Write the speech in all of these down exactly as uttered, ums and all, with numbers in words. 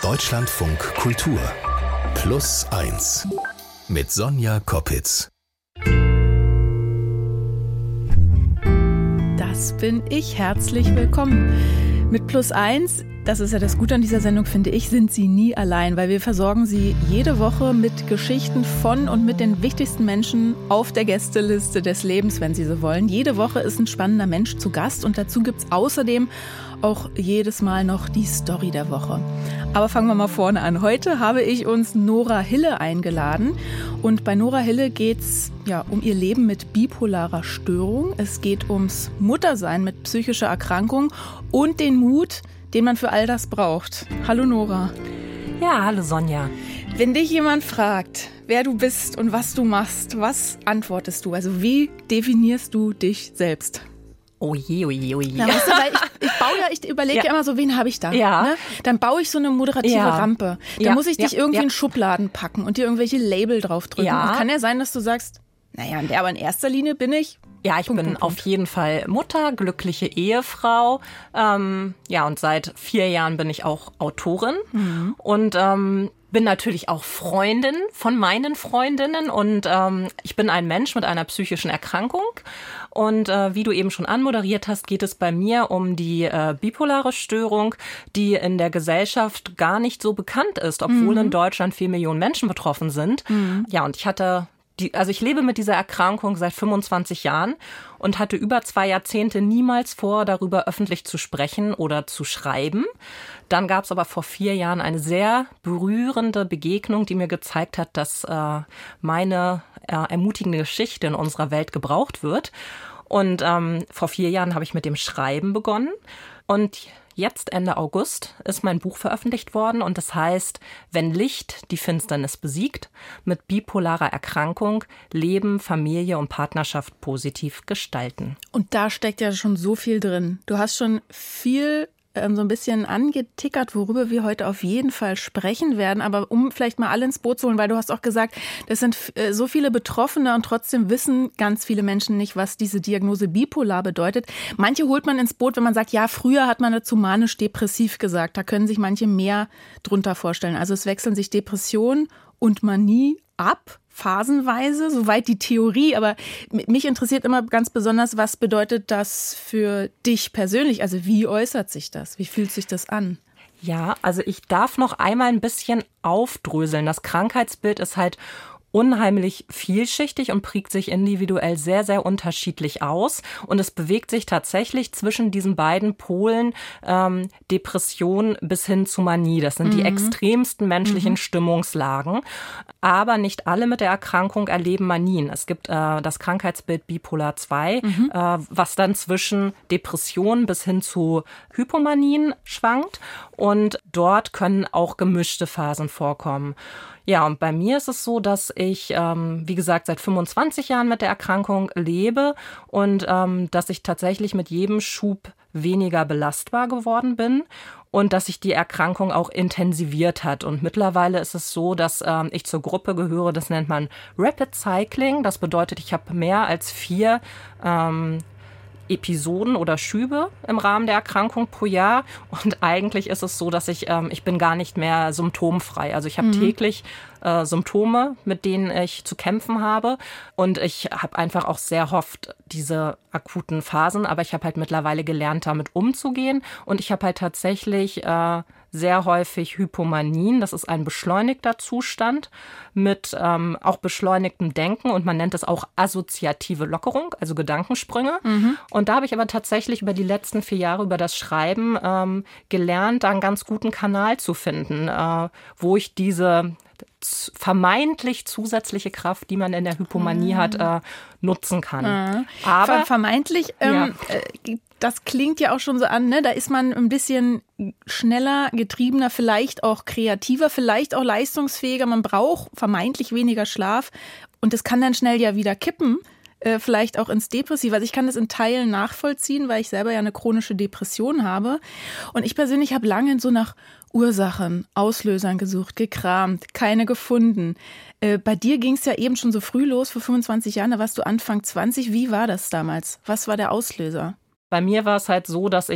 Deutschlandfunk Kultur Plus eins mit Sonja Koppitz. Das bin ich. Herzlich willkommen. Mit Plus eins, das ist ja das Gute an dieser Sendung, finde ich, sind Sie nie allein, weil wir versorgen Sie jede Woche mit Geschichten von und mit den wichtigsten Menschen auf der Gästeliste des Lebens, wenn Sie so wollen. Jede Woche ist ein spannender Mensch zu Gast und dazu gibt es außerdem auch jedes Mal noch die Story der Woche. Aber fangen wir mal vorne an. Heute habe ich uns Nora Hille eingeladen und bei Nora Hille geht es ja, um ihr Leben mit bipolarer Störung. Es geht ums Muttersein mit psychischer Erkrankung und den Mut, den man für all das braucht. Hallo Nora. Ja, hallo Sonja. Wenn dich jemand fragt, wer du bist und was du machst, was antwortest du? Also wie definierst du dich selbst? Oh je, oh je, oh je. Na, weißt du, weil ich, ich baue ja, ich überlege ja. ja immer so, wen habe ich da? Ja. Ne? Dann baue ich so eine moderative ja. Rampe. Dann ja. muss ich dich ja. irgendwie ja. in Schubladen packen und dir irgendwelche Label draufdrücken. Ja. Und kann ja sein, dass du sagst, naja, aber in erster Linie bin ich... Ja, ich Punkt, bin Punkt, auf Punkt. jeden Fall Mutter, glückliche Ehefrau. Ähm, ja, und seit vier Jahren bin ich auch Autorin. Mhm. Und ähm, bin natürlich auch Freundin von meinen Freundinnen. Und ähm, ich bin ein Mensch mit einer psychischen Erkrankung. Und äh, wie du eben schon anmoderiert hast, geht es bei mir um die äh, bipolare Störung, die in der Gesellschaft gar nicht so bekannt ist, obwohl mhm. in Deutschland vier Millionen Menschen betroffen sind. Mhm. Ja, und ich hatte... Die, also ich lebe mit dieser Erkrankung seit fünfundzwanzig Jahren und hatte über zwei Jahrzehnte niemals vor, darüber öffentlich zu sprechen oder zu schreiben. Dann gab es aber vor vier Jahren eine sehr berührende Begegnung, die mir gezeigt hat, dass äh, meine äh, ermutigende Geschichte in unserer Welt gebraucht wird. Und ähm, vor vier Jahren habe ich mit dem Schreiben begonnen und jetzt, Ende August, ist mein Buch veröffentlicht worden und das heißt, wenn Licht die Finsternis besiegt, mit bipolarer Erkrankung Leben, Familie und Partnerschaft positiv gestalten. Und da steckt ja schon so viel drin. Du hast schon viel ähm, so ein bisschen angetickert, worüber wir heute auf jeden Fall sprechen werden. Aber um vielleicht mal alle ins Boot zu holen, weil du hast auch gesagt, das sind äh, so viele Betroffene und trotzdem wissen ganz viele Menschen nicht, was diese Diagnose bipolar bedeutet. Manche holt man ins Boot, wenn man sagt, ja, früher hat man dazu manisch-depressiv gesagt. Da können sich manche mehr drunter vorstellen. Also es wechseln sich Depression und Manie ab, phasenweise, soweit die Theorie. Aber mich interessiert immer ganz besonders, was bedeutet das für dich persönlich? Also wie äußert sich das? Wie fühlt sich das an? Ja, also ich darf noch einmal ein bisschen aufdröseln. Das Krankheitsbild ist halt unheimlich vielschichtig und prägt sich individuell sehr, sehr unterschiedlich aus. Und es bewegt sich tatsächlich zwischen diesen beiden Polen ähm, Depression bis hin zu Manie. Das sind mhm. die extremsten menschlichen mhm. Stimmungslagen. Aber nicht alle mit der Erkrankung erleben Manien. Es gibt äh, das Krankheitsbild Bipolar zwei, mhm. äh, was dann zwischen Depression bis hin zu Hypomanien schwankt. Und dort können auch gemischte Phasen vorkommen. Ja, und bei mir ist es so, dass ich, ähm, wie gesagt, seit fünfundzwanzig Jahren mit der Erkrankung lebe und ähm, dass ich tatsächlich mit jedem Schub weniger belastbar geworden bin und dass sich die Erkrankung auch intensiviert hat. Und mittlerweile ist es so, dass ähm, ich zur Gruppe gehöre, das nennt man Rapid Cycling. Das bedeutet, ich habe mehr als vier ähm, Episoden oder Schübe im Rahmen der Erkrankung pro Jahr. Und eigentlich ist es so, dass ich, ähm, ich bin gar nicht mehr symptomfrei. Also ich habe mhm. täglich äh, Symptome, mit denen ich zu kämpfen habe. Und ich habe einfach auch sehr oft diese akuten Phasen. Aber ich habe halt mittlerweile gelernt, damit umzugehen. Und ich habe halt tatsächlich äh, sehr häufig Hypomanien. Das ist ein beschleunigter Zustand mit ähm, auch beschleunigtem Denken und man nennt es auch assoziative Lockerung, also Gedankensprünge. Mhm. Und da habe ich aber tatsächlich über die letzten vier Jahre über das Schreiben ähm, gelernt, da einen ganz guten Kanal zu finden, äh, wo ich diese vermeintlich zusätzliche Kraft, die man in der Hypomanie mhm. hat, äh, nutzen kann. Mhm. Aber Ver- vermeintlich, ähm, ja. äh, das klingt ja auch schon so an, ne? Da ist man ein bisschen schneller, getriebener, vielleicht auch kreativer, vielleicht auch leistungsfähiger. Man braucht vermeintlich weniger Schlaf und das kann dann schnell ja wieder kippen. Äh, vielleicht auch ins Depressive. Also ich kann das in Teilen nachvollziehen, weil ich selber ja eine chronische Depression habe. Und ich persönlich habe lange so nach Ursachen, Auslösern gesucht, gekramt, keine gefunden. Äh, bei dir ging es ja eben schon so früh los, vor fünfundzwanzig Jahren, da warst du Anfang zwanzig. Wie war das damals? Was war der Auslöser? Bei mir war es halt so, dass ich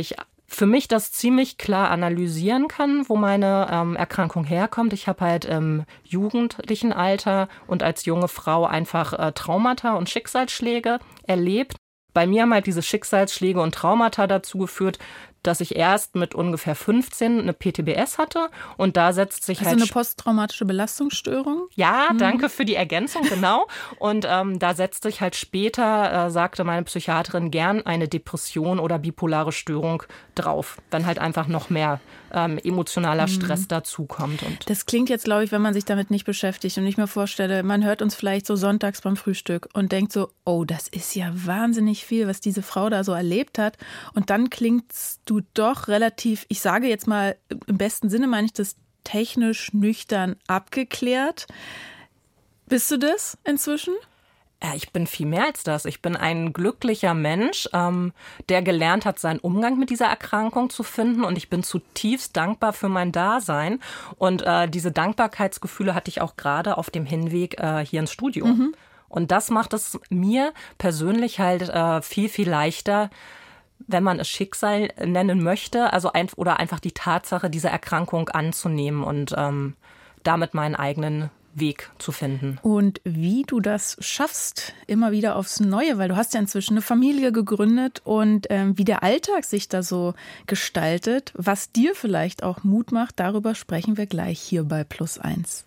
für mich das ziemlich klar analysieren kann, wo meine ähm, Erkrankung herkommt. Ich habe halt im jugendlichen Alter und als junge Frau einfach äh, Traumata und Schicksalsschläge erlebt. Bei mir haben halt diese Schicksalsschläge und Traumata dazu geführt, dass ich erst mit ungefähr fünfzehn eine P T B S hatte und da setzt sich also halt... Also eine posttraumatische Belastungsstörung? Ja, hm. danke für die Ergänzung, genau. Und ähm, da setzt sich halt später, äh, sagte meine Psychiaterin, gern eine Depression oder bipolare Störung drauf, wenn halt einfach noch mehr ähm, emotionaler Stress hm. dazukommt. Und das klingt jetzt, glaube ich, wenn man sich damit nicht beschäftigt und ich mir vorstelle, man hört uns vielleicht so sonntags beim Frühstück und denkt so, oh, das ist ja wahnsinnig viel, was diese Frau da so erlebt hat. Und dann klingt's du doch relativ, ich sage jetzt mal, im besten Sinne meine ich das technisch nüchtern abgeklärt. Bist du das inzwischen? Ja, ich bin viel mehr als das. Ich bin ein glücklicher Mensch, ähm, der gelernt hat, seinen Umgang mit dieser Erkrankung zu finden. Und ich bin zutiefst dankbar für mein Dasein. Und äh, diese Dankbarkeitsgefühle hatte ich auch gerade auf dem Hinweg äh, hier ins Studio. Mhm. Und das macht es mir persönlich halt äh, viel, viel leichter, wenn man es Schicksal nennen möchte, also ein, oder einfach die Tatsache, diese Erkrankung anzunehmen und ähm, damit meinen eigenen Weg zu finden. Und wie du das schaffst, immer wieder aufs Neue, weil du hast ja inzwischen eine Familie gegründet und ähm, wie der Alltag sich da so gestaltet, was dir vielleicht auch Mut macht, darüber sprechen wir gleich hier bei Plus eins.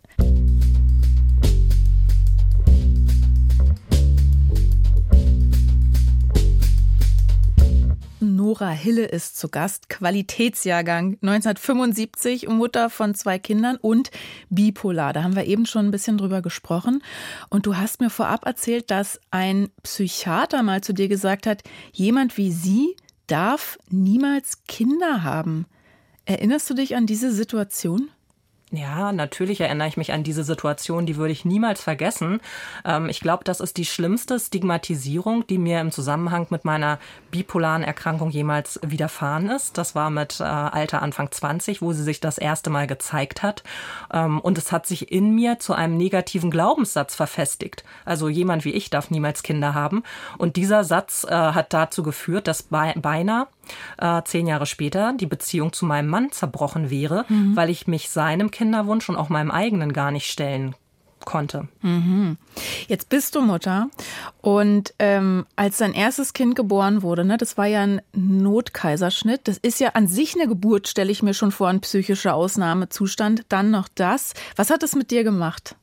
Nora Hille ist zu Gast, Qualitätsjahrgang neunzehnhundertfünfundsiebzig, Mutter von zwei Kindern und bipolar. Da haben wir eben schon ein bisschen drüber gesprochen. Und du hast mir vorab erzählt, dass ein Psychiater mal zu dir gesagt hat, jemand wie sie darf niemals Kinder haben. Erinnerst du dich an diese Situation? Ja, natürlich erinnere ich mich an diese Situation, die würde ich niemals vergessen. Ähm, ich glaube, das ist die schlimmste Stigmatisierung, die mir im Zusammenhang mit meiner bipolaren Erkrankung jemals widerfahren ist. Das war mit äh, Alter Anfang zwanzig, wo sie sich das erste Mal gezeigt hat. Ähm, und es hat sich in mir zu einem negativen Glaubenssatz verfestigt. Also jemand wie ich darf niemals Kinder haben. Und dieser Satz äh, hat dazu geführt, dass be- beinahe äh, zehn Jahre später die Beziehung zu meinem Mann zerbrochen wäre, mhm. weil ich mich seinem Kinderwunsch und auch meinem eigenen gar nicht stellen konnte. Mhm. Jetzt bist du Mutter und ähm, als dein erstes Kind geboren wurde, ne, das war ja ein Notkaiserschnitt. Das ist ja an sich eine Geburt, stelle ich mir schon vor, ein psychischer Ausnahmezustand. Dann noch das. Was hat es mit dir gemacht?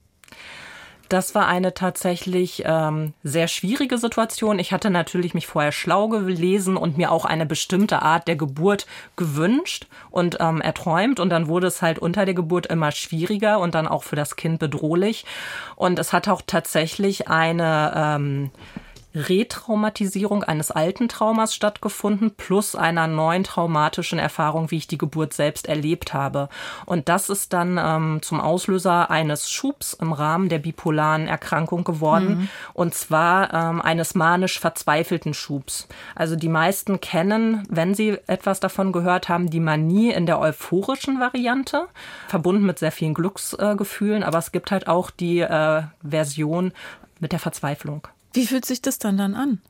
Das war eine tatsächlich ähm, sehr schwierige Situation. Ich hatte natürlich mich vorher schlau gelesen und mir auch eine bestimmte Art der Geburt gewünscht und ähm, erträumt. Und dann wurde es halt unter der Geburt immer schwieriger und dann auch für das Kind bedrohlich. Und es hat auch tatsächlich eine ähm, Retraumatisierung eines alten Traumas stattgefunden, plus einer neuen traumatischen Erfahrung, wie ich die Geburt selbst erlebt habe. Und das ist dann ähm, zum Auslöser eines Schubs im Rahmen der bipolaren Erkrankung geworden, mhm. und zwar ähm, eines manisch verzweifelten Schubs. Also die meisten kennen, wenn sie etwas davon gehört haben, die Manie in der euphorischen Variante, verbunden mit sehr vielen Glücksgefühlen, äh, aber es gibt halt auch die äh, Version mit der Verzweiflung. Wie fühlt sich das dann dann an?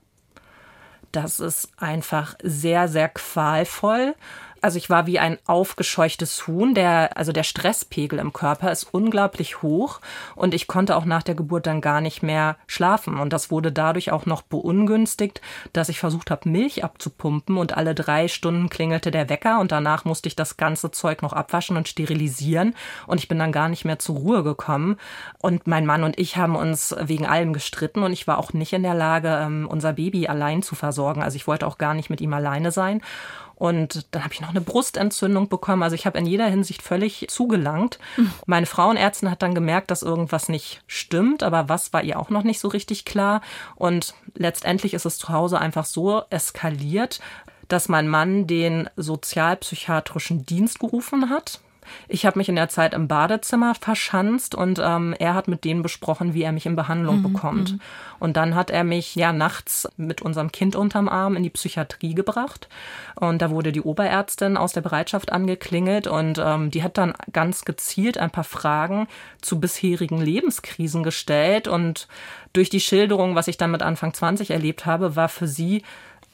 Das ist einfach sehr, sehr qualvoll. Also ich war wie ein aufgescheuchtes Huhn. Der, also der Stresspegel im Körper ist unglaublich hoch und ich konnte auch nach der Geburt dann gar nicht mehr schlafen. Und das wurde dadurch auch noch beungünstigt, dass ich versucht habe, Milch abzupumpen und alle drei Stunden klingelte der Wecker und danach musste ich das ganze Zeug noch abwaschen und sterilisieren und ich bin dann gar nicht mehr zur Ruhe gekommen. Und mein Mann und ich haben uns wegen allem gestritten und ich war auch nicht in der Lage, unser Baby allein zu versorgen. Also ich wollte auch gar nicht mit ihm alleine sein. Und dann habe ich noch eine Brustentzündung bekommen. Also ich habe in jeder Hinsicht völlig zugelangt. Mhm. Meine Frauenärztin hat dann gemerkt, dass irgendwas nicht stimmt. Aber was war ihr auch noch nicht so richtig klar. Und letztendlich ist es zu Hause einfach so eskaliert, dass mein Mann den sozialpsychiatrischen Dienst gerufen hat. Ich habe mich in der Zeit im Badezimmer verschanzt und ähm, er hat mit denen besprochen, wie er mich in Behandlung mhm, bekommt. Mhm. Und dann hat er mich ja nachts mit unserem Kind unterm Arm in die Psychiatrie gebracht. Und da wurde die Oberärztin aus der Bereitschaft angeklingelt und ähm, die hat dann ganz gezielt ein paar Fragen zu bisherigen Lebenskrisen gestellt. Und durch die Schilderung, was ich dann mit Anfang zwanzig erlebt habe, war für sie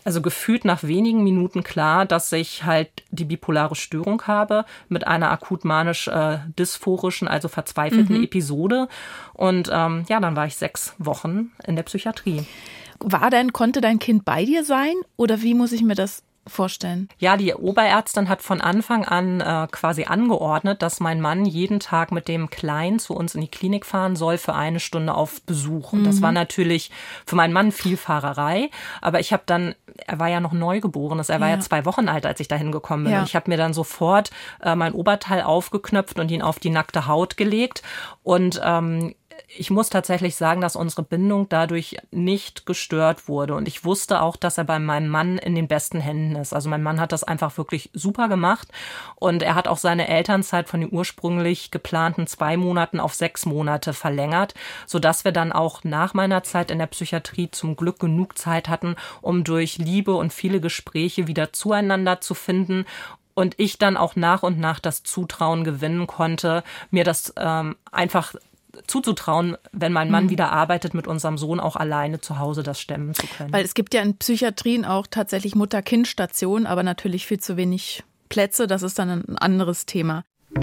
also gefühlt nach wenigen Minuten klar, dass ich halt die bipolare Störung habe mit einer akut manisch-dysphorischen, also verzweifelten mhm. Episode. Und ähm, ja, dann war ich sechs Wochen in der Psychiatrie. War denn, konnte dein Kind bei dir sein oder wie muss ich mir das vorstellen? Ja, die Oberärztin hat von Anfang an äh, quasi angeordnet, dass mein Mann jeden Tag mit dem Kleinen zu uns in die Klinik fahren soll für eine Stunde auf Besuch. Und mhm. das war natürlich für meinen Mann viel Fahrerei. Aber ich habe dann, er war ja noch Neugeborenes, er war ja, ja zwei Wochen alt, als ich dahin gekommen bin. Ja. Und ich habe mir dann sofort äh, mein Oberteil aufgeknöpft und ihn auf die nackte Haut gelegt. Und ähm, ich muss tatsächlich sagen, dass unsere Bindung dadurch nicht gestört wurde. Und ich wusste auch, dass er bei meinem Mann in den besten Händen ist. Also mein Mann hat das einfach wirklich super gemacht. Und er hat auch seine Elternzeit von den ursprünglich geplanten zwei Monaten auf sechs Monate verlängert, sodass wir dann auch nach meiner Zeit in der Psychiatrie zum Glück genug Zeit hatten, um durch Liebe und viele Gespräche wieder zueinander zu finden. Und ich dann auch nach und nach das Zutrauen gewinnen konnte, mir das ähm, einfach zuzutrauen, wenn mein Mann mhm. wieder arbeitet, mit unserem Sohn auch alleine zu Hause das stemmen zu können. Weil es gibt ja in Psychiatrien auch tatsächlich Mutter-Kind-Stationen, aber natürlich viel zu wenig Plätze. Das ist dann ein anderes Thema.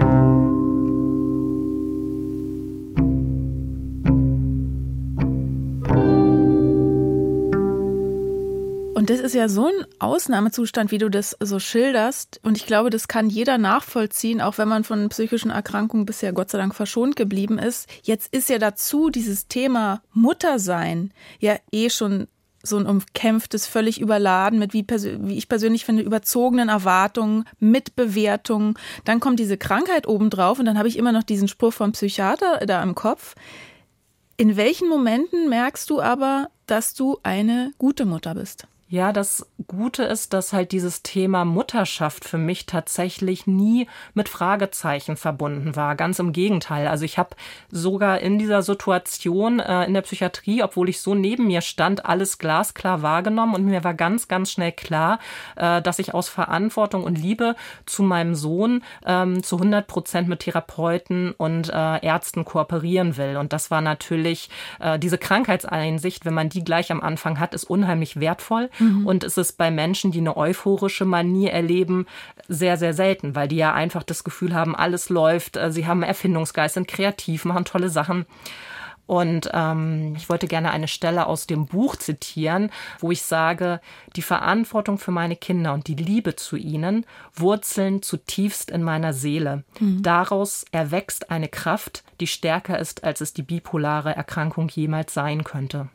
Und das ist ja so ein Ausnahmezustand, wie du das so schilderst. Und ich glaube, das kann jeder nachvollziehen, auch wenn man von psychischen Erkrankungen bisher Gott sei Dank verschont geblieben ist. Jetzt ist ja dazu dieses Thema Muttersein ja eh schon so ein umkämpftes, völlig überladen mit, wie, persö- wie ich persönlich finde, überzogenen Erwartungen, Mitbewertungen. Dann kommt diese Krankheit obendrauf und dann habe ich immer noch diesen Spruch vom Psychiater da im Kopf. In welchen Momenten merkst du aber, dass du eine gute Mutter bist? Ja, das Gute ist, dass halt dieses Thema Mutterschaft für mich tatsächlich nie mit Fragezeichen verbunden war. Ganz im Gegenteil. Also ich habe sogar in dieser Situation äh, in der Psychiatrie, obwohl ich so neben mir stand, alles glasklar wahrgenommen. Und mir war ganz, ganz schnell klar, äh, dass ich aus Verantwortung und Liebe zu meinem Sohn ähm, zu hundert Prozent mit Therapeuten und äh, Ärzten kooperieren will. Und das war natürlich äh, diese Krankheitseinsicht, wenn man die gleich am Anfang hat, ist unheimlich wertvoll. Mhm. Und es ist bei Menschen, die eine euphorische Manie erleben, sehr, sehr selten, weil die ja einfach das Gefühl haben, alles läuft, sie haben Erfindungsgeist, sind kreativ, machen tolle Sachen. Und ähm, ich wollte gerne eine Stelle aus dem Buch zitieren, wo ich sage, die Verantwortung für meine Kinder und die Liebe zu ihnen wurzeln zutiefst in meiner Seele. Mhm. Daraus erwächst eine Kraft, die stärker ist, als es die bipolare Erkrankung jemals sein könnte.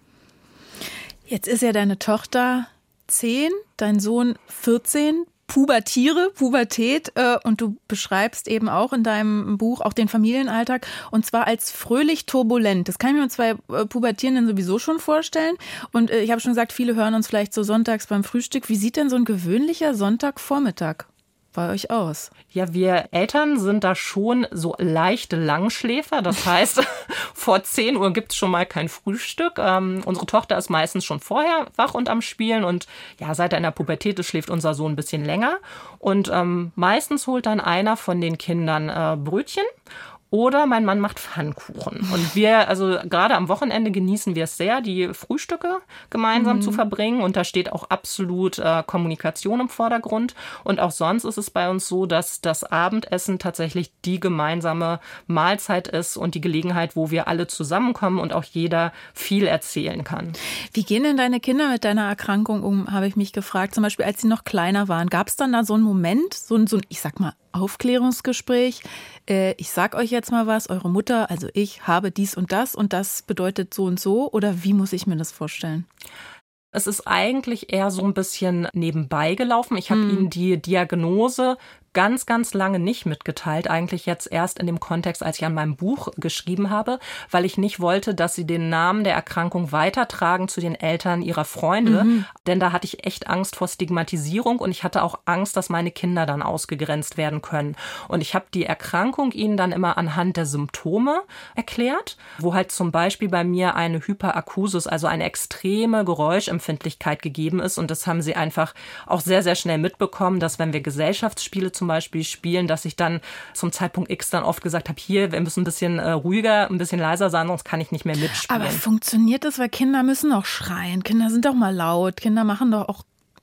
Jetzt ist ja deine Tochter zehn, dein Sohn vierzehn, Pubertiere, Pubertät äh, und du beschreibst eben auch in deinem Buch auch den Familienalltag und zwar als fröhlich turbulent. Das kann ich mir mit zwei äh, Pubertierenden sowieso schon vorstellen und äh, ich habe schon gesagt, viele hören uns vielleicht so sonntags beim Frühstück. Wie sieht denn so ein gewöhnlicher Sonntagvormittag bei euch aus? Ja, wir Eltern sind da schon so leichte Langschläfer. Das heißt, vor zehn Uhr gibt's schon mal kein Frühstück. Ähm, unsere Tochter ist meistens schon vorher wach und am Spielen. Und ja, seit er in der Pubertät ist, schläft unser Sohn ein bisschen länger. Und ähm, meistens holt dann einer von den Kindern äh, Brötchen. Oder mein Mann macht Pfannkuchen. Und wir, also gerade am Wochenende genießen wir es sehr, die Frühstücke gemeinsam mhm. zu verbringen. Und da steht auch absolut äh, Kommunikation im Vordergrund. Und auch sonst ist es bei uns so, dass das Abendessen tatsächlich die gemeinsame Mahlzeit ist und die Gelegenheit, wo wir alle zusammenkommen und auch jeder viel erzählen kann. Wie gehen denn deine Kinder mit deiner Erkrankung um, habe ich mich gefragt. Zum Beispiel, als sie noch kleiner waren. Gab es dann da so einen Moment, so ein, so ein, ich sag mal, Aufklärungsgespräch. Äh, ich sag euch jetzt mal was, eure Mutter, also ich, habe dies und das und das bedeutet so und so. Oder wie muss ich mir das vorstellen? Es ist eigentlich eher so ein bisschen nebenbei gelaufen. Ich habe hm. ihnen die Diagnose ganz, ganz lange nicht mitgeteilt. Eigentlich jetzt erst in dem Kontext, als ich an meinem Buch geschrieben habe, weil ich nicht wollte, dass sie den Namen der Erkrankung weitertragen zu den Eltern ihrer Freunde. Mhm. Denn da hatte ich echt Angst vor Stigmatisierung und ich hatte auch Angst, dass meine Kinder dann ausgegrenzt werden können. Und ich habe die Erkrankung ihnen dann immer anhand der Symptome erklärt, wo halt zum Beispiel bei mir eine Hyperakusis, also eine extreme Geräuschempfindlichkeit gegeben ist. Und das haben sie einfach auch sehr, sehr schnell mitbekommen, dass wenn wir Gesellschaftsspiele zum Beispiel spielen, dass ich dann zum Zeitpunkt X dann oft gesagt habe, hier, wir müssen ein bisschen äh, ruhiger, ein bisschen leiser sein, sonst kann ich nicht mehr mitspielen. Aber funktioniert das, weil Kinder müssen auch schreien, Kinder sind doch mal laut, Kinder machen doch auch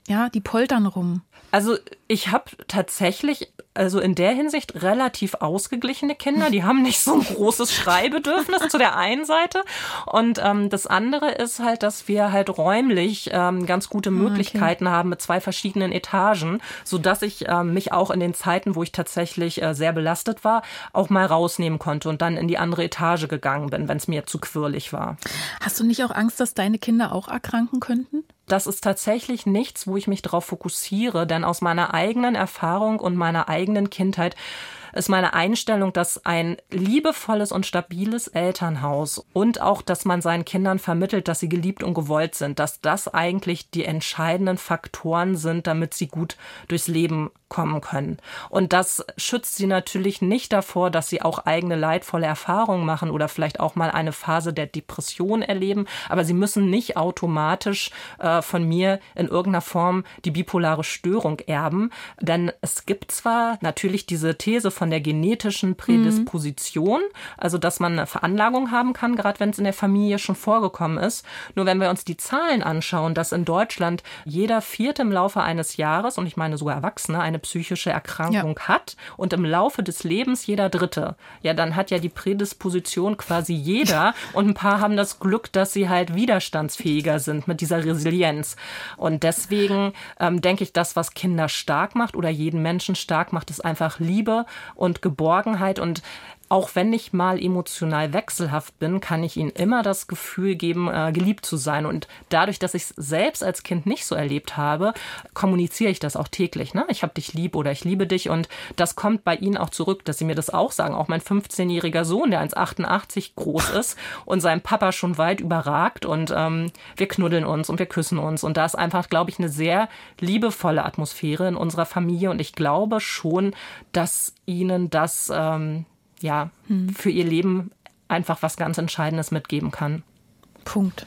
ja, die poltern rum. Also ich habe tatsächlich, also in der Hinsicht relativ ausgeglichene Kinder. Die haben nicht so ein großes Schreibedürfnis zu der einen Seite. Und ähm, das andere ist halt, dass wir halt räumlich ähm, ganz gute Möglichkeiten okay. haben mit zwei verschiedenen Etagen, sodass ich ähm, mich auch in den Zeiten, wo ich tatsächlich äh, sehr belastet war, auch mal rausnehmen konnte und dann in die andere Etage gegangen bin, wenn es mir zu quirlig war. Hast du nicht auch Angst, dass deine Kinder auch erkranken könnten? Das ist tatsächlich nichts, wo ich mich darauf fokussiere, denn aus meiner eigenen Erfahrung und meiner eigenen Kindheit ist meine Einstellung, dass ein liebevolles und stabiles Elternhaus und auch, dass man seinen Kindern vermittelt, dass sie geliebt und gewollt sind, dass das eigentlich die entscheidenden Faktoren sind, damit sie gut durchs Leben kommen können. Und das schützt sie natürlich nicht davor, dass sie auch eigene leidvolle Erfahrungen machen oder vielleicht auch mal eine Phase der Depression erleben. Aber sie müssen nicht automatisch äh, von mir in irgendeiner Form die bipolare Störung erben. Denn es gibt zwar natürlich diese These von der genetischen Prädisposition, mhm. also dass man eine Veranlagung haben kann, gerade wenn es in der Familie schon vorgekommen ist. Nur wenn wir uns die Zahlen anschauen, dass in Deutschland jeder Vierte im Laufe eines Jahres, und ich meine sogar Erwachsene, eine psychische Erkrankung ja. hat und im Laufe des Lebens jeder Dritte. Ja, dann hat ja die Prädisposition quasi jeder und ein paar haben das Glück, dass sie halt widerstandsfähiger sind mit dieser Resilienz. Und deswegen ähm, denke ich, das, was Kinder stark macht oder jeden Menschen stark macht, ist einfach Liebe und Geborgenheit. Und auch wenn ich mal emotional wechselhaft bin, kann ich ihnen immer das Gefühl geben, äh, geliebt zu sein. Und dadurch, dass ich es selbst als Kind nicht so erlebt habe, kommuniziere ich das auch täglich. Ne? Ich habe dich lieb oder ich liebe dich. Und das kommt bei ihnen auch zurück, dass sie mir das auch sagen. Auch mein fünfzehnjähriger Sohn, der eins Komma achtundachtzig groß ist und seinen Papa schon weit überragt. Und ähm, wir knuddeln uns und wir küssen uns. Und da ist einfach, glaube ich, eine sehr liebevolle Atmosphäre in unserer Familie. Und ich glaube schon, dass ihnen das ähm, ja, hm. für ihr Leben einfach was ganz Entscheidendes mitgeben kann. Punkt.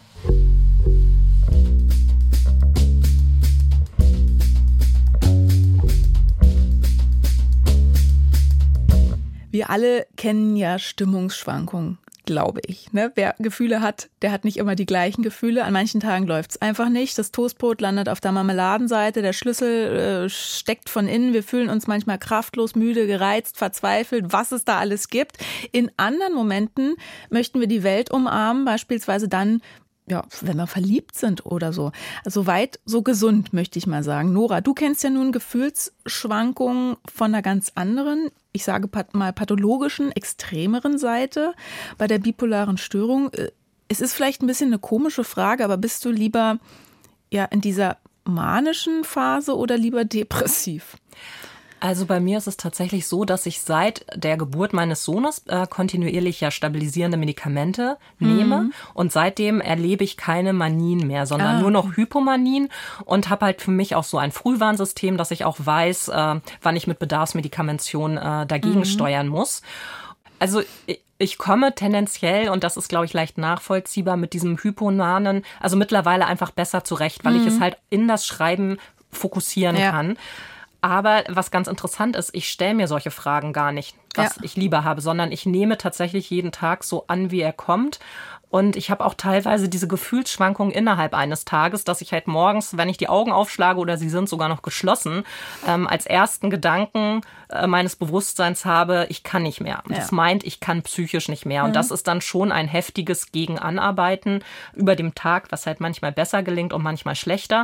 Wir alle kennen ja Stimmungsschwankungen, glaube ich. Ne? Wer Gefühle hat, der hat nicht immer die gleichen Gefühle. An manchen Tagen läuft es einfach nicht. Das Toastbrot landet auf der Marmeladenseite, der Schlüssel äh, steckt von innen. Wir fühlen uns manchmal kraftlos, müde, gereizt, verzweifelt, was es da alles gibt. In anderen Momenten möchten wir die Welt umarmen, beispielsweise dann, ja, wenn wir verliebt sind oder so. Also weit, so gesund, möchte ich mal sagen. Nora, du kennst ja nun Gefühlsschwankungen von einer ganz anderen, ich sage mal pathologischen, extremeren Seite bei der bipolaren Störung. Es ist vielleicht ein bisschen eine komische Frage, aber bist du lieber ja in dieser manischen Phase oder lieber depressiv? Also bei mir ist es tatsächlich so, dass ich seit der Geburt meines Sohnes äh, kontinuierlich ja stabilisierende Medikamente nehme mhm. und seitdem erlebe ich keine Manien mehr, sondern ah. nur noch Hypomanien und habe halt für mich auch so ein Frühwarnsystem, dass ich auch weiß, äh, wann ich mit Bedarfsmedikamention äh, dagegen mhm. steuern muss. Also ich, ich komme tendenziell, und das ist, glaube ich, leicht nachvollziehbar, mit diesem Hypomanen, also mittlerweile einfach besser zurecht, weil mhm. ich es halt in das Schreiben fokussieren ja. kann. Aber was ganz interessant ist, ich stelle mir solche Fragen gar nicht, was ja. ich lieber habe, sondern ich nehme tatsächlich jeden Tag so an, wie er kommt. Und ich habe auch teilweise diese Gefühlsschwankungen innerhalb eines Tages, dass ich halt morgens, wenn ich die Augen aufschlage oder sie sind sogar noch geschlossen, ähm, als ersten Gedanken äh, meines Bewusstseins habe, ich kann nicht mehr. Ja. Das meint, ich kann psychisch nicht mehr. Mhm. Und das ist dann schon ein heftiges Gegenanarbeiten über dem Tag, was halt manchmal besser gelingt und manchmal schlechter.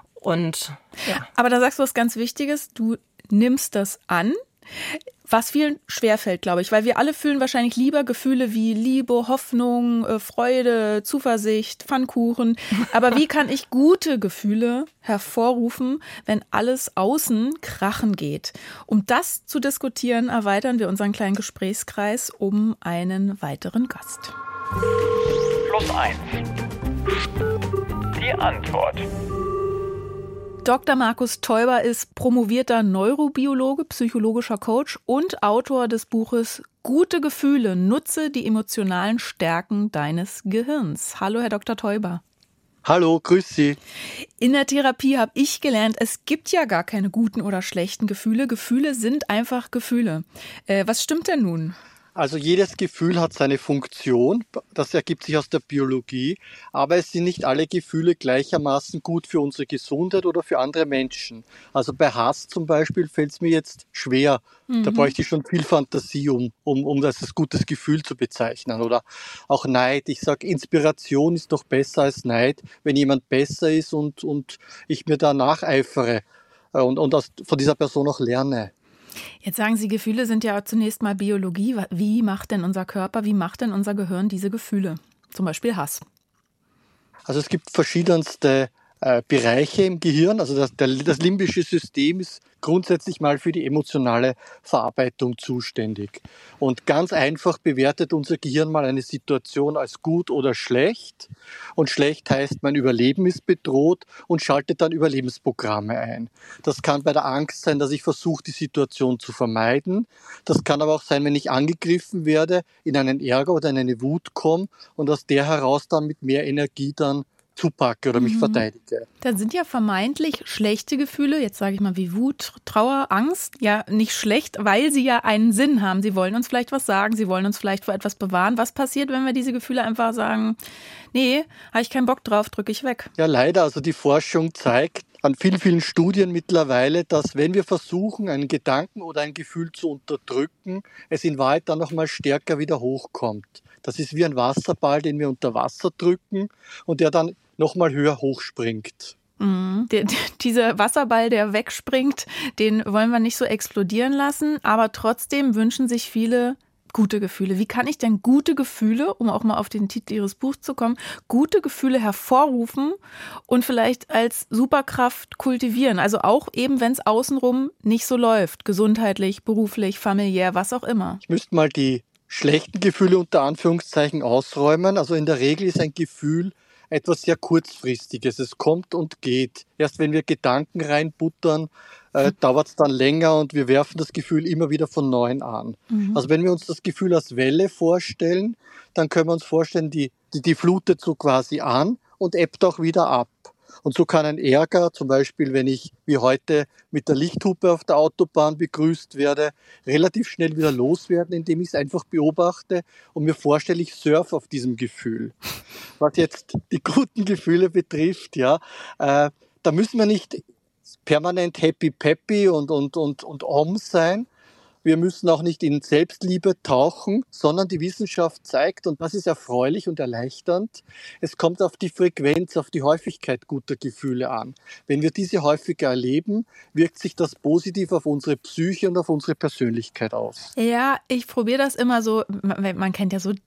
Und ja. Aber da sagst du was ganz Wichtiges, du nimmst das an, was vielen schwerfällt, glaube ich, weil wir alle fühlen wahrscheinlich lieber Gefühle wie Liebe, Hoffnung, Freude, Zuversicht, Pfannkuchen. Aber wie kann ich gute Gefühle hervorrufen, wenn alles außen krachen geht? Um das zu diskutieren, erweitern wir unseren kleinen Gesprächskreis um einen weiteren Gast. Plus eins. Die Antwort. Doktor Markus Teuber ist promovierter Neurobiologe, psychologischer Coach und Autor des Buches Gute Gefühle, nutze die emotionalen Stärken deines Gehirns. Hallo, Herr Doktor Teuber. Hallo, grüß Sie. In der Therapie habe ich gelernt, es gibt ja gar keine guten oder schlechten Gefühle. Gefühle sind einfach Gefühle. Äh, was stimmt denn nun? Also jedes Gefühl hat seine Funktion, das ergibt sich aus der Biologie, aber es sind nicht alle Gefühle gleichermaßen gut für unsere Gesundheit oder für andere Menschen. Also bei Hass zum Beispiel fällt es mir jetzt schwer, mhm. da bräuchte ich schon viel Fantasie, um, um, um das als gutes Gefühl zu bezeichnen. Oder auch Neid, ich sage, Inspiration ist doch besser als Neid, wenn jemand besser ist und, und ich mir da nacheifere und, und aus, von dieser Person auch lerne. Jetzt sagen Sie, Gefühle sind ja zunächst mal Biologie. Wie macht denn unser Körper, wie macht denn unser Gehirn diese Gefühle? Zum Beispiel Hass. Also es gibt verschiedenste äh, Bereiche im Gehirn. Also das, der, das limbische System ist grundsätzlich mal für die emotionale Verarbeitung zuständig. Und ganz einfach bewertet unser Gehirn mal eine Situation als gut oder schlecht. Und schlecht heißt, mein Überleben ist bedroht und schaltet dann Überlebensprogramme ein. Das kann bei der Angst sein, dass ich versuche, die Situation zu vermeiden. Das kann aber auch sein, wenn ich angegriffen werde, in einen Ärger oder in eine Wut komme und aus der heraus dann mit mehr Energie dann zupacke oder mich mhm. verteidige. Dann sind ja vermeintlich schlechte Gefühle, jetzt sage ich mal wie Wut, Trauer, Angst, ja nicht schlecht, weil sie ja einen Sinn haben. Sie wollen uns vielleicht was sagen, sie wollen uns vielleicht vor etwas bewahren. Was passiert, wenn wir diese Gefühle einfach sagen, nee, habe ich keinen Bock drauf, drücke ich weg? Ja, leider. Also die Forschung zeigt an vielen, vielen Studien mittlerweile, dass wenn wir versuchen, einen Gedanken oder ein Gefühl zu unterdrücken, es in Wahrheit dann nochmal stärker wieder hochkommt. Das ist wie ein Wasserball, den wir unter Wasser drücken und der dann nochmal höher hochspringt. Mhm. Der, dieser Wasserball, der wegspringt, den wollen wir nicht so explodieren lassen, aber trotzdem wünschen sich viele gute Gefühle. Wie kann ich denn gute Gefühle, um auch mal auf den Titel Ihres Buchs zu kommen, gute Gefühle hervorrufen und vielleicht als Superkraft kultivieren? Also auch eben, wenn es außenrum nicht so läuft, gesundheitlich, beruflich, familiär, was auch immer. Ich müsste mal die schlechten Gefühle unter Anführungszeichen ausräumen. Also in der Regel ist ein Gefühl etwas sehr Kurzfristiges. Es kommt und geht. Erst wenn wir Gedanken reinbuttern, äh, dauert es dann länger und wir werfen das Gefühl immer wieder von Neuem an. Mhm. Also wenn wir uns das Gefühl als Welle vorstellen, dann können wir uns vorstellen, die, die, die flutet so quasi an und ebbt auch wieder ab. Und so kann ein Ärger, zum Beispiel wenn ich wie heute mit der Lichthupe auf der Autobahn begrüßt werde, relativ schnell wieder loswerden, indem ich es einfach beobachte und mir vorstelle, ich surfe auf diesem Gefühl. Was jetzt die guten Gefühle betrifft, ja, äh, da müssen wir nicht permanent happy peppy und, und, und, und om sein. Wir müssen auch nicht in Selbstliebe tauchen, sondern die Wissenschaft zeigt, und das ist erfreulich und erleichternd, es kommt auf die Frequenz, auf die Häufigkeit guter Gefühle an. Wenn wir diese häufiger erleben, wirkt sich das positiv auf unsere Psyche und auf unsere Persönlichkeit aus. Ja, ich probiere das immer so, man, man kennt ja so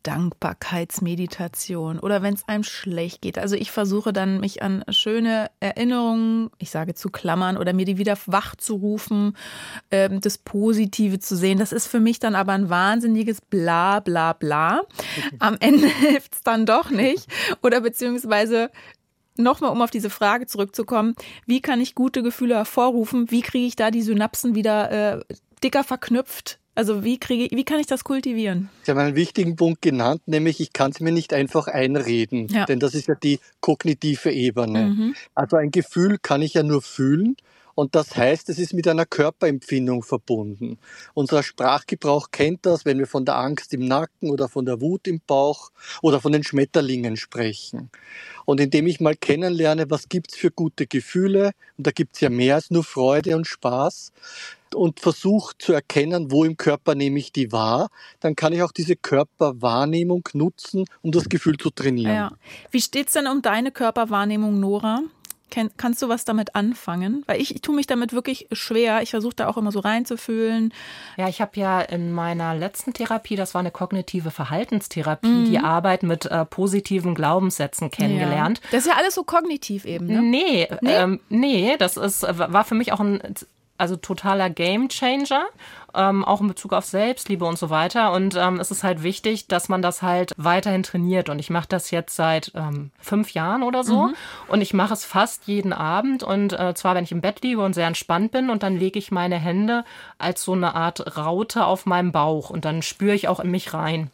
Dankbarkeitsmeditation oder wenn es einem schlecht geht. Also ich versuche dann, mich an schöne Erinnerungen, ich sage zu klammern oder mir die wieder wach zu rufen, äh, das Positive zu sehen. Das ist für mich dann aber ein wahnsinniges Bla bla bla. Am Ende hilft es dann doch nicht. Oder beziehungsweise nochmal, um auf diese Frage zurückzukommen, wie kann ich gute Gefühle hervorrufen? Wie kriege ich da die Synapsen wieder äh, dicker verknüpft? Also wie kriege, wie kann ich das kultivieren? Sie haben einen wichtigen Punkt genannt, nämlich ich kann es mir nicht einfach einreden, ja. Denn das ist ja die kognitive Ebene. Mhm. Also ein Gefühl kann ich ja nur fühlen. Und das heißt, es ist mit einer Körperempfindung verbunden. Unser Sprachgebrauch kennt das, wenn wir von der Angst im Nacken oder von der Wut im Bauch oder von den Schmetterlingen sprechen. Und indem ich mal kennenlerne, was gibt's für gute Gefühle, und da gibt's ja mehr als nur Freude und Spaß, und versuche zu erkennen, wo im Körper nehme ich die wahr, dann kann ich auch diese Körperwahrnehmung nutzen, um das Gefühl zu trainieren. Ja. Wie steht's denn um deine Körperwahrnehmung, Nora? Kannst du was damit anfangen? Weil ich, ich tue mich damit wirklich schwer. Ich versuche da auch immer so reinzufühlen. Ja, ich habe ja in meiner letzten Therapie, das war eine kognitive Verhaltenstherapie, mhm. die Arbeit mit äh, positiven Glaubenssätzen kennengelernt. Ja. Das ist ja alles so kognitiv eben, ne? Nee, nee, ähm, nee das ist, war für mich auch ein also totaler Gamechanger, ähm, auch in Bezug auf Selbstliebe und so weiter. Und ähm, es ist halt wichtig, dass man das halt weiterhin trainiert. Und ich mache das jetzt seit ähm, fünf Jahren oder so. Mhm. Und ich mache es fast jeden Abend. Und äh, zwar, wenn ich im Bett liege und sehr entspannt bin. Und dann lege ich meine Hände als so eine Art Raute auf meinem Bauch. Und dann spüre ich auch in mich rein.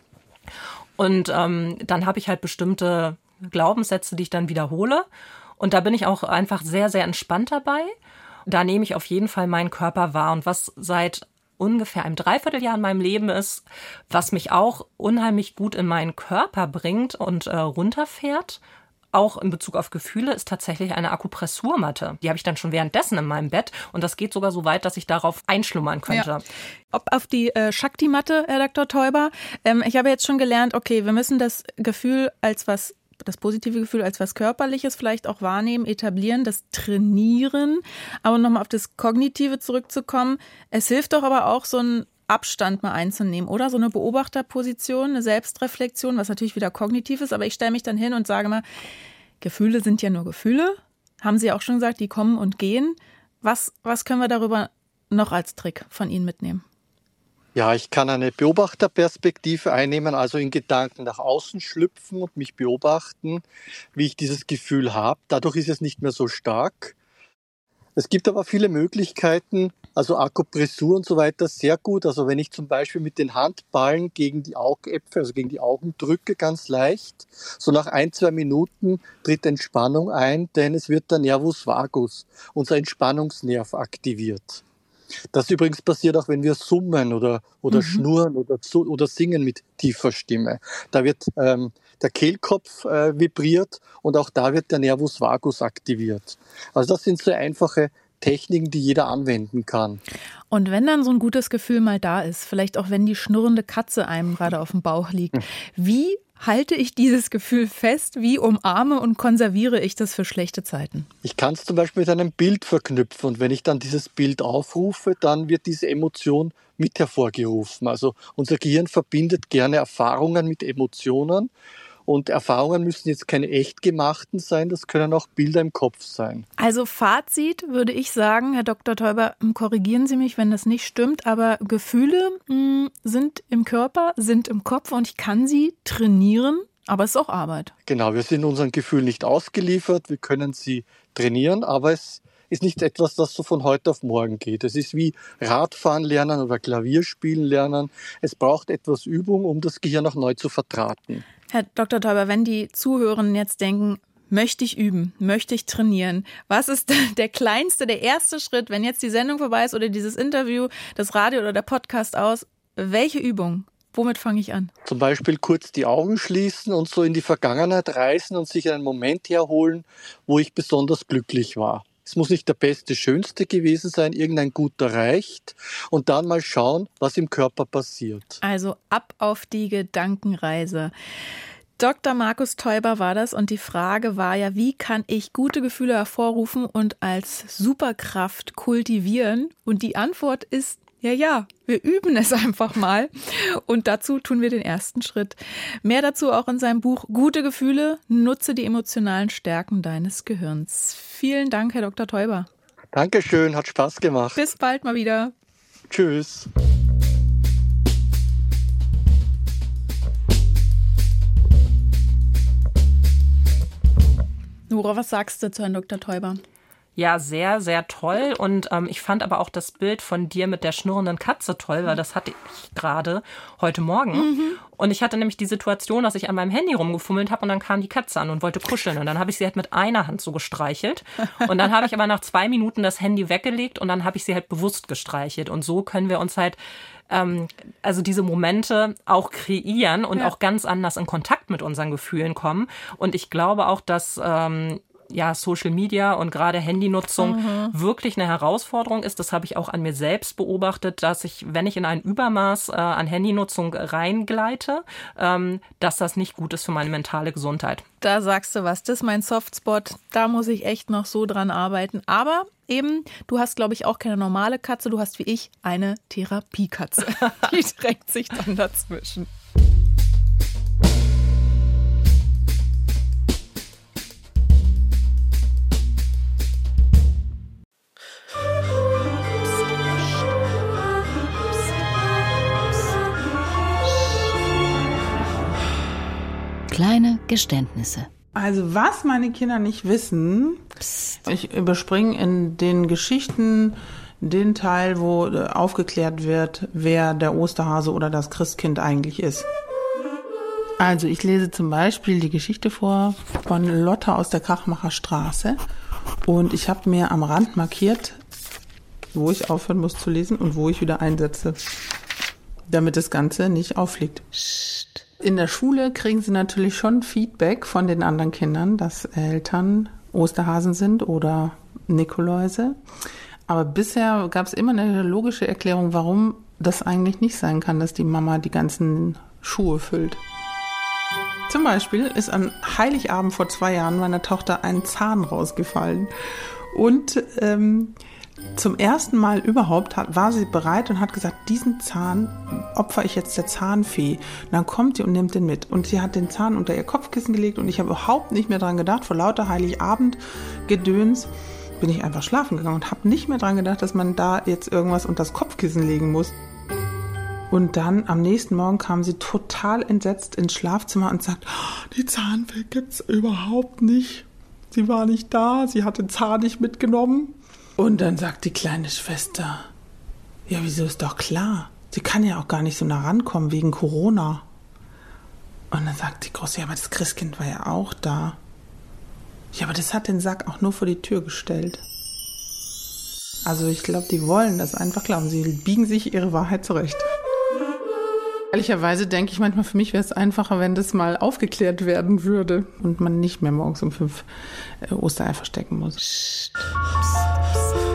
Und ähm, dann habe ich halt bestimmte Glaubenssätze, die ich dann wiederhole. Und da bin ich auch einfach sehr, sehr entspannt dabei. Da nehme ich auf jeden Fall meinen Körper wahr. Und was seit ungefähr einem Dreivierteljahr in meinem Leben ist, was mich auch unheimlich gut in meinen Körper bringt und äh, runterfährt. Auch in Bezug auf Gefühle ist tatsächlich eine Akupressurmatte. Die habe ich dann schon währenddessen in meinem Bett und das geht sogar so weit, dass ich darauf einschlummern könnte. Ja. Ob auf die äh, Shakti-Matte, Herr Doktor Teuber. Ähm, ich habe jetzt schon gelernt, okay, wir müssen das Gefühl als was, das positive Gefühl als was Körperliches vielleicht auch wahrnehmen, etablieren, das Trainieren. Aber nochmal auf das Kognitive zurückzukommen. Es hilft doch aber auch so ein Abstand mal einzunehmen, oder? So eine Beobachterposition, eine Selbstreflexion, was natürlich wieder kognitiv ist, aber ich stelle mich dann hin und sage mal, Gefühle sind ja nur Gefühle, haben Sie auch schon gesagt, die kommen und gehen. Was, was können wir darüber noch als Trick von Ihnen mitnehmen? Ja, ich kann eine Beobachterperspektive einnehmen, also in Gedanken nach außen schlüpfen und mich beobachten, wie ich dieses Gefühl habe. Dadurch ist es nicht mehr so stark. Es gibt aber viele Möglichkeiten, also Akupressur und so weiter, sehr gut. Also wenn ich zum Beispiel mit den Handballen gegen die Augäpfel, also gegen die Augen drücke, ganz leicht, so nach ein, zwei Minuten tritt Entspannung ein, denn es wird der Nervus vagus, unser Entspannungsnerv, aktiviert. Das übrigens passiert auch, wenn wir summen oder, oder mhm. schnurren oder, oder singen mit tiefer Stimme. Da wird ähm, der Kehlkopf äh, vibriert und auch da wird der Nervus vagus aktiviert. Also das sind so einfache Techniken, die jeder anwenden kann. Und wenn dann so ein gutes Gefühl mal da ist, vielleicht auch wenn die schnurrende Katze einem gerade auf dem Bauch liegt, wie halte ich dieses Gefühl fest? Wie umarme und konserviere ich das für schlechte Zeiten? Ich kann es zum Beispiel mit einem Bild verknüpfen und wenn ich dann dieses Bild aufrufe, dann wird diese Emotion mit hervorgerufen. Also unser Gehirn verbindet gerne Erfahrungen mit Emotionen und Erfahrungen müssen jetzt keine echt gemachten sein, das können auch Bilder im Kopf sein. Also Fazit würde ich sagen, Herr Doktor Teuber, korrigieren Sie mich, wenn das nicht stimmt, aber Gefühle mh, sind im Körper, sind im Kopf und ich kann sie trainieren, aber es ist auch Arbeit. Genau, wir sind unseren Gefühlen nicht ausgeliefert, wir können sie trainieren, aber es ist nicht etwas, das so von heute auf morgen geht. Es ist wie Radfahren lernen oder Klavierspielen lernen. Es braucht etwas Übung, um das Gehirn auch neu zu verdrahten. Herr Doktor Teuber, wenn die Zuhörenden jetzt denken, möchte ich üben, möchte ich trainieren, was ist der kleinste, der erste Schritt, wenn jetzt die Sendung vorbei ist oder dieses Interview, das Radio oder der Podcast aus, welche Übung? Womit fange ich an? Zum Beispiel kurz die Augen schließen und so in die Vergangenheit reisen und sich einen Moment herholen, wo ich besonders glücklich war. Es muss nicht der beste, schönste gewesen sein, irgendein guter reicht und dann mal schauen, was im Körper passiert. Also ab auf die Gedankenreise. Doktor Markus Teuber war das und die Frage war ja, wie kann ich gute Gefühle hervorrufen und als Superkraft kultivieren? Und die Antwort ist ja, ja, wir üben es einfach mal und dazu tun wir den ersten Schritt. Mehr dazu auch in seinem Buch Gute Gefühle, nutze die emotionalen Stärken deines Gehirns. Vielen Dank, Herr Doktor Teuber. Dankeschön, hat Spaß gemacht. Bis bald mal wieder. Tschüss. Nora, was sagst du zu Herrn Doktor Teuber? Ja, sehr, sehr toll. Und ähm, ich fand aber auch das Bild von dir mit der schnurrenden Katze toll, weil das hatte ich gerade heute Morgen. Mhm. Und ich hatte nämlich die Situation, dass ich an meinem Handy rumgefummelt habe und dann kam die Katze an und wollte kuscheln. Und dann habe ich sie halt mit einer Hand so gestreichelt. Und dann habe ich aber nach zwei Minuten das Handy weggelegt und dann habe ich sie halt bewusst gestreichelt. Und so können wir uns halt ähm, also diese Momente auch kreieren und ja. auch ganz anders in Kontakt mit unseren Gefühlen kommen. Und ich glaube auch, dass ähm, ja, Social Media und gerade Handynutzung mhm. wirklich eine Herausforderung ist. Das habe ich auch an mir selbst beobachtet, dass ich, wenn ich in ein Übermaß äh, an Handynutzung reingleite, ähm, dass das nicht gut ist für meine mentale Gesundheit. Da sagst du was, das ist mein Softspot, da muss ich echt noch so dran arbeiten. Aber eben, du hast, glaube ich, auch keine normale Katze, du hast wie ich eine Therapiekatze. Die drängt sich dann dazwischen. Kleine Geständnisse. Also was meine Kinder nicht wissen, Psst. Ich überspringe in den Geschichten den Teil, wo aufgeklärt wird, wer der Osterhase oder das Christkind eigentlich ist. Also ich lese zum Beispiel die Geschichte vor von Lotte aus der Krachmacher Straße und ich habe mir am Rand markiert, wo ich aufhören muss zu lesen und wo ich wieder einsetze, damit das Ganze nicht auffliegt. In der Schule kriegen sie natürlich schon Feedback von den anderen Kindern, dass Eltern Osterhasen sind oder Nikoläuse. Aber bisher gab es immer eine logische Erklärung, warum das eigentlich nicht sein kann, dass die Mama die ganzen Schuhe füllt. Zum Beispiel ist an Heiligabend vor zwei Jahren meiner Tochter ein Zahn rausgefallen. Und ähm, zum ersten Mal überhaupt hat, war sie bereit und hat gesagt, diesen Zahn opfere ich jetzt der Zahnfee. Und dann kommt sie und nimmt den mit. Und sie hat den Zahn unter ihr Kopfkissen gelegt und ich habe überhaupt nicht mehr dran gedacht, vor lauter Heiligabend-Gedöns bin ich einfach schlafen gegangen und habe nicht mehr dran gedacht, dass man da jetzt irgendwas unter das Kopfkissen legen muss. Und dann am nächsten Morgen kam sie total entsetzt ins Schlafzimmer und sagt, oh, die Zahnfee gibt's überhaupt nicht. Sie war nicht da, sie hat den Zahn nicht mitgenommen. Und dann sagt die kleine Schwester, ja, wieso, ist doch klar. Sie kann ja auch gar nicht so nah rankommen wegen Corona. Und dann sagt die Große, ja, aber das Christkind war ja auch da. Ja, aber das hat den Sack auch nur vor die Tür gestellt. Also ich glaube, die wollen das einfach glauben. Sie biegen sich ihre Wahrheit zurecht. Ehrlicherweise denke ich manchmal, für mich wäre es einfacher, wenn das mal aufgeklärt werden würde und man nicht mehr morgens um fünf äh, Ostereier verstecken muss. Psst, psst, psst, psst.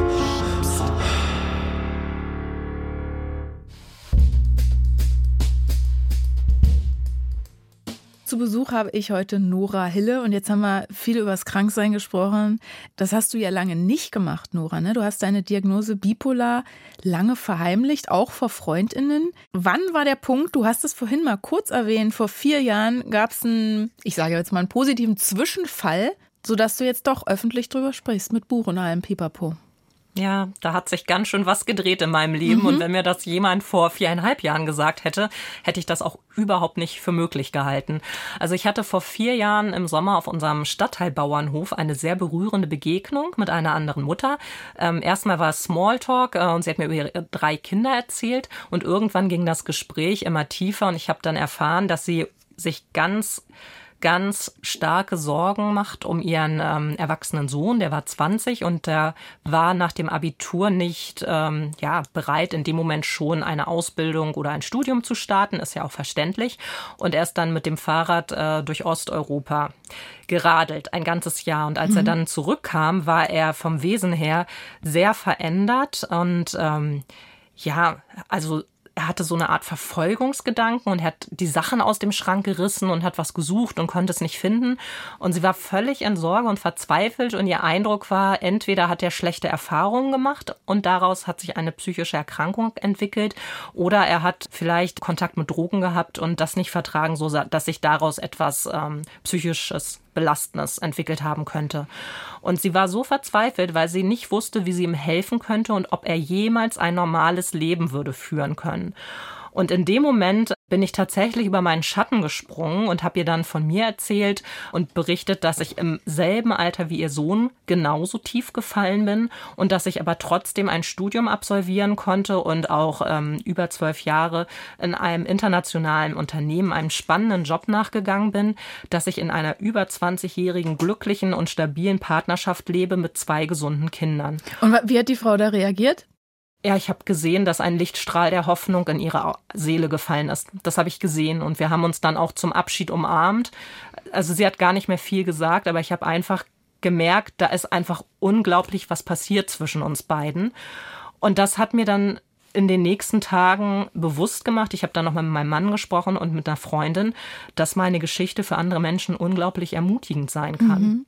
Zu Besuch habe ich heute Nora Hille und jetzt haben wir viel über das Kranksein gesprochen. Das hast du ja lange nicht gemacht, Nora, ne? Du hast deine Diagnose bipolar lange verheimlicht, auch vor FreundInnen. Wann war der Punkt, du hast es vorhin mal kurz erwähnt, vor vier Jahren gab es einen, ich sage jetzt mal einen positiven Zwischenfall, sodass du jetzt doch öffentlich drüber sprichst mit Buch und allem Pipapo. Ja, da hat sich ganz schön was gedreht in meinem Leben. Mhm. Und wenn mir das jemand vor viereinhalb Jahren gesagt hätte, hätte ich das auch überhaupt nicht für möglich gehalten. Also ich hatte vor vier Jahren im Sommer auf unserem Stadtteilbauernhof eine sehr berührende Begegnung mit einer anderen Mutter. Ähm, erstmal war es Smalltalk äh, und sie hat mir über ihre drei Kinder erzählt. Und irgendwann ging das Gespräch immer tiefer und ich habe dann erfahren, dass sie sich ganz... ganz starke Sorgen macht um ihren ähm, erwachsenen Sohn, der war zwanzig und der war nach dem Abitur nicht ähm, ja, bereit, in dem Moment schon eine Ausbildung oder ein Studium zu starten, ist ja auch verständlich. Und er ist dann mit dem Fahrrad äh, durch Osteuropa geradelt, ein ganzes Jahr. Und als mhm. er dann zurückkam, war er vom Wesen her sehr verändert und ähm, ja, also er hatte so eine Art Verfolgungsgedanken und hat die Sachen aus dem Schrank gerissen und hat was gesucht und konnte es nicht finden. Und sie war völlig in Sorge und verzweifelt und ihr Eindruck war, entweder hat er schlechte Erfahrungen gemacht und daraus hat sich eine psychische Erkrankung entwickelt oder er hat vielleicht Kontakt mit Drogen gehabt und das nicht vertragen, so dass sich daraus etwas ähm, Psychisches Belastendes entwickelt haben könnte. Und sie war so verzweifelt, weil sie nicht wusste, wie sie ihm helfen könnte und ob er jemals ein normales Leben würde führen können. Und in dem Moment bin ich tatsächlich über meinen Schatten gesprungen und habe ihr dann von mir erzählt und berichtet, dass ich im selben Alter wie ihr Sohn genauso tief gefallen bin und dass ich aber trotzdem ein Studium absolvieren konnte und auch ähm, über zwölf Jahre in einem internationalen Unternehmen einem spannenden Job nachgegangen bin, dass ich in einer über zwanzigjährigen glücklichen und stabilen Partnerschaft lebe mit zwei gesunden Kindern. Und wie hat die Frau da reagiert? Ja, ich habe gesehen, dass ein Lichtstrahl der Hoffnung in ihre Seele gefallen ist. Das habe ich gesehen und wir haben uns dann auch zum Abschied umarmt. Also sie hat gar nicht mehr viel gesagt, aber ich habe einfach gemerkt, da ist einfach unglaublich was passiert zwischen uns beiden. Und das hat mir dann in den nächsten Tagen bewusst gemacht. Ich habe dann noch mal mit meinem Mann gesprochen und mit einer Freundin, dass meine Geschichte für andere Menschen unglaublich ermutigend sein kann. Mhm.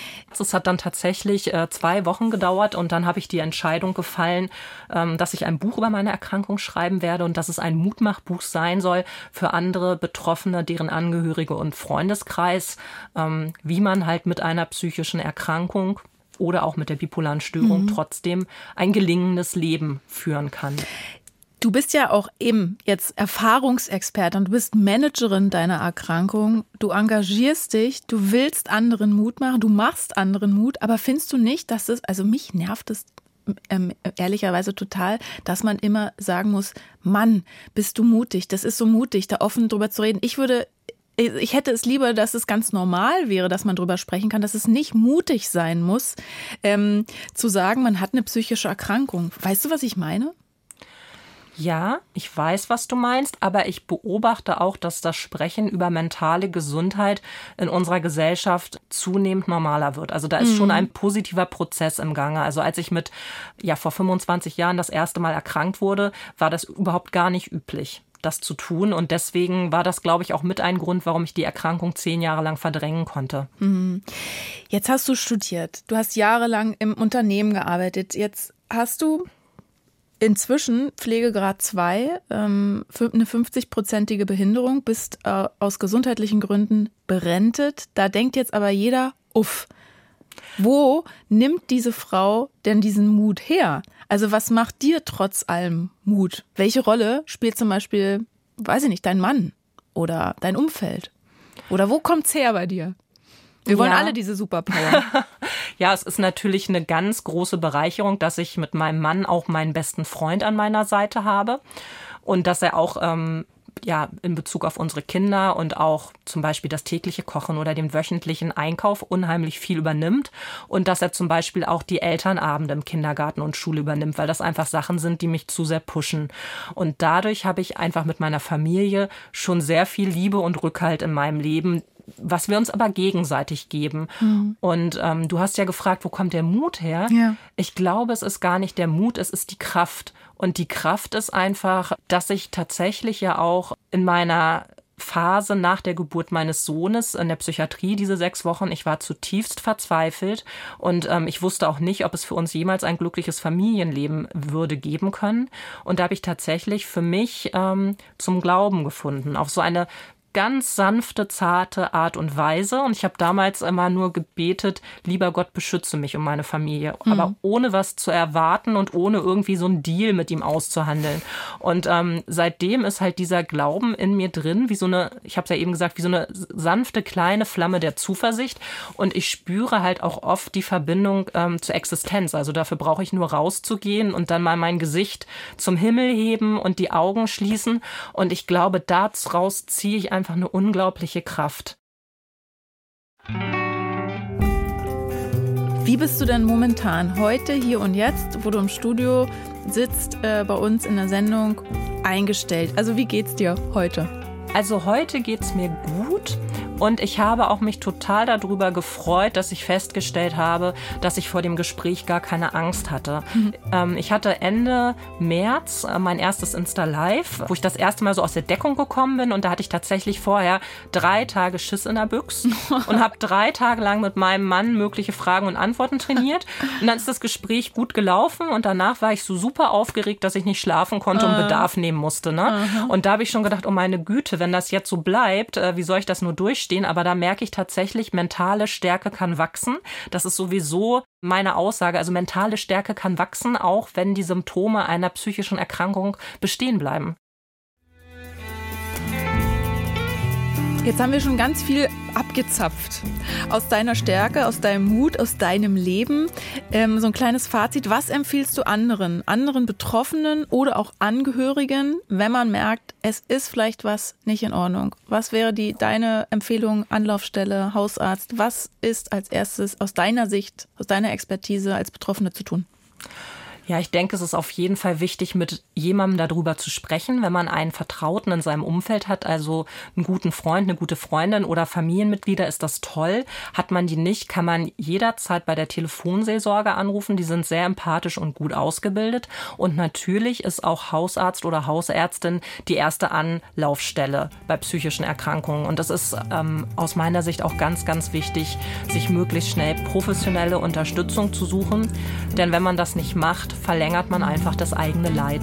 Es hat dann tatsächlich äh, zwei Wochen gedauert und dann habe ich die Entscheidung gefallen, ähm, dass ich ein Buch über meine Erkrankung schreiben werde und dass es ein Mutmachbuch sein soll für andere Betroffene, deren Angehörige und Freundeskreis, ähm, wie man halt mit einer psychischen Erkrankung oder auch mit der bipolaren Störung mhm. trotzdem ein gelingendes Leben führen kann. Du bist ja auch eben jetzt Erfahrungsexpertin, du bist Managerin deiner Erkrankung, du engagierst dich, du willst anderen Mut machen, du machst anderen Mut, aber findest du nicht, dass es, also mich nervt es ähm, ehrlicherweise total, dass man immer sagen muss, Mann, bist du mutig, das ist so mutig, da offen drüber zu reden. Ich würde ich hätte es lieber, dass es ganz normal wäre, dass man drüber sprechen kann, dass es nicht mutig sein muss, ähm, zu sagen, man hat eine psychische Erkrankung. Weißt du, was ich meine? Ja, ich weiß, was du meinst, aber ich beobachte auch, dass das Sprechen über mentale Gesundheit in unserer Gesellschaft zunehmend normaler wird. Also da ist mhm. schon ein positiver Prozess im Gange. Also als ich mit, ja, vor fünfundzwanzig Jahren das erste Mal erkrankt wurde, war das überhaupt gar nicht üblich, das zu tun. Und deswegen war das, glaube ich, auch mit ein Grund, warum ich die Erkrankung zehn Jahre lang verdrängen konnte. Mhm. Jetzt hast du studiert. Du hast jahrelang im Unternehmen gearbeitet. Jetzt hast du inzwischen Pflegegrad zwei, ähm, eine fünfzig-prozentige Behinderung, bist äh, aus gesundheitlichen Gründen berentet. Da denkt jetzt aber jeder, uff, wo nimmt diese Frau denn diesen Mut her? Also was macht dir trotz allem Mut? Welche Rolle spielt zum Beispiel, weiß ich nicht, dein Mann oder dein Umfeld? Oder wo kommt's her bei dir? Wir wollen ja alle diese Superpower. Ja, es ist natürlich eine ganz große Bereicherung, dass ich mit meinem Mann auch meinen besten Freund an meiner Seite habe und dass er auch ähm, ja in Bezug auf unsere Kinder und auch zum Beispiel das tägliche Kochen oder den wöchentlichen Einkauf unheimlich viel übernimmt und dass er zum Beispiel auch die Elternabende im Kindergarten und Schule übernimmt, weil das einfach Sachen sind, die mich zu sehr pushen. Und dadurch habe ich einfach mit meiner Familie schon sehr viel Liebe und Rückhalt in meinem Leben, was wir uns aber gegenseitig geben. Mhm. Und ähm, du hast ja gefragt, wo kommt der Mut her? Ja. Ich glaube, es ist gar nicht der Mut, es ist die Kraft. Und die Kraft ist einfach, dass ich tatsächlich ja auch in meiner Phase nach der Geburt meines Sohnes in der Psychiatrie, diese sechs Wochen, ich war zutiefst verzweifelt und ähm, ich wusste auch nicht, ob es für uns jemals ein glückliches Familienleben würde geben können. Und da habe ich tatsächlich für mich ähm, zum Glauben gefunden, auf so eine ganz sanfte, zarte Art und Weise. Und ich habe damals immer nur gebetet, lieber Gott, beschütze mich und meine Familie. Mhm. Aber ohne was zu erwarten und ohne irgendwie so einen Deal mit ihm auszuhandeln. Und ähm, seitdem ist halt dieser Glauben in mir drin, wie so eine, ich habe es ja eben gesagt, wie so eine sanfte, kleine Flamme der Zuversicht. Und ich spüre halt auch oft die Verbindung ähm, zur Existenz. Also dafür brauche ich nur rauszugehen und dann mal mein Gesicht zum Himmel heben und die Augen schließen. Und ich glaube, daraus ziehe ich einfach einfach eine unglaubliche Kraft. Wie bist du denn momentan, heute, hier und jetzt, wo du im Studio sitzt, äh, bei uns in der Sendung, eingestellt? Also wie geht's dir heute? Also heute geht's mir gut. Und ich habe auch mich total darüber gefreut, dass ich festgestellt habe, dass ich vor dem Gespräch gar keine Angst hatte. Mhm. Ähm, ich hatte Ende März äh, mein erstes Insta-Live, wo ich das erste Mal so aus der Deckung gekommen bin. Und da hatte ich tatsächlich vorher drei Tage Schiss in der Büchse und habe drei Tage lang mit meinem Mann mögliche Fragen und Antworten trainiert. Und dann ist das Gespräch gut gelaufen und danach war ich so super aufgeregt, dass ich nicht schlafen konnte und Bedarf nehmen musste. Ne? Und da habe ich schon gedacht, oh meine Güte, wenn das jetzt so bleibt, äh, wie soll ich das nur durchstehen? Aber da merke ich tatsächlich, mentale Stärke kann wachsen. Das ist sowieso meine Aussage. Also mentale Stärke kann wachsen, auch wenn die Symptome einer psychischen Erkrankung bestehen bleiben. Jetzt haben wir schon ganz viel abgezapft. Aus deiner Stärke, aus deinem Mut, aus deinem Leben. Ähm, so ein kleines Fazit. Was empfiehlst du anderen, anderen Betroffenen oder auch Angehörigen, wenn man merkt, es ist vielleicht was nicht in Ordnung? Was wäre die deine Empfehlung, Anlaufstelle, Hausarzt? Was ist als erstes aus deiner Sicht, aus deiner Expertise als Betroffene zu tun? Ja, ich denke, es ist auf jeden Fall wichtig, mit jemandem darüber zu sprechen, wenn man einen Vertrauten in seinem Umfeld hat, also einen guten Freund, eine gute Freundin oder Familienmitglieder, ist das toll. Hat man die nicht, kann man jederzeit bei der Telefonseelsorge anrufen. Die sind sehr empathisch und gut ausgebildet. Und natürlich ist auch Hausarzt oder Hausärztin die erste Anlaufstelle bei psychischen Erkrankungen. Und das ist ähm, aus meiner Sicht auch ganz, ganz wichtig, sich möglichst schnell professionelle Unterstützung zu suchen. Denn wenn man das nicht macht, verlängert man einfach das eigene Leid.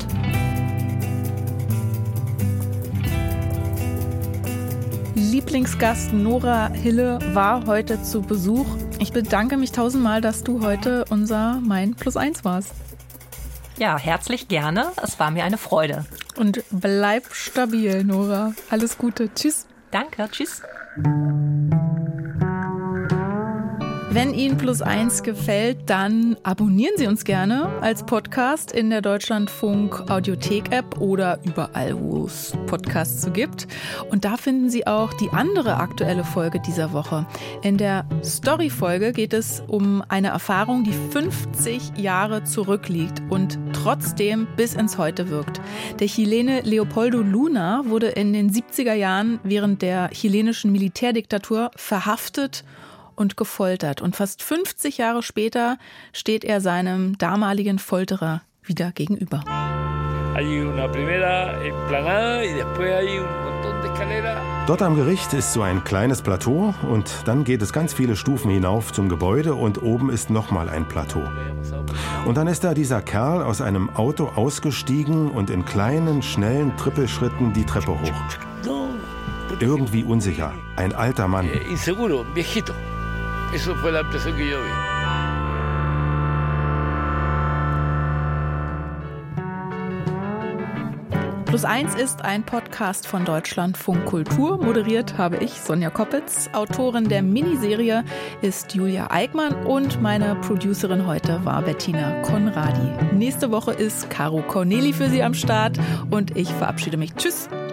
Lieblingsgast Nora Hille war heute zu Besuch. Ich bedanke mich tausendmal, dass du heute unser Mein Plus Eins warst. Ja, herzlich gerne. Es war mir eine Freude. Und bleib stabil, Nora. Alles Gute. Tschüss. Danke. Tschüss. Wenn Ihnen Plus eins gefällt, dann abonnieren Sie uns gerne als Podcast in der Deutschlandfunk Audiothek-App oder überall, wo es Podcasts so gibt. Und da finden Sie auch die andere aktuelle Folge dieser Woche. In der Story-Folge geht es um eine Erfahrung, die fünfzig Jahre zurückliegt und trotzdem bis ins Heute wirkt. Der Chilene Leopoldo Luna wurde in den siebziger Jahren während der chilenischen Militärdiktatur verhaftet und gefoltert. Und fast fünfzig Jahre später steht er seinem damaligen Folterer wieder gegenüber. Dort am Gericht ist so ein kleines Plateau und dann geht es ganz viele Stufen hinauf zum Gebäude und oben ist nochmal ein Plateau. Und dann ist da dieser Kerl aus einem Auto ausgestiegen und in kleinen, schnellen Trippelschritten die Treppe hoch. Irgendwie unsicher, ein alter Mann. Inseguro, viejito. Eso fue la impresión que yo vi. Plus eins ist ein Podcast von Deutschlandfunk Kultur. Moderiert habe ich, Sonja Koppitz. Autorin der Miniserie ist Julia Eickmann und meine Producerin heute war Bettina Conradi. Nächste Woche ist Caro Corneli für Sie am Start und ich verabschiede mich. Tschüss.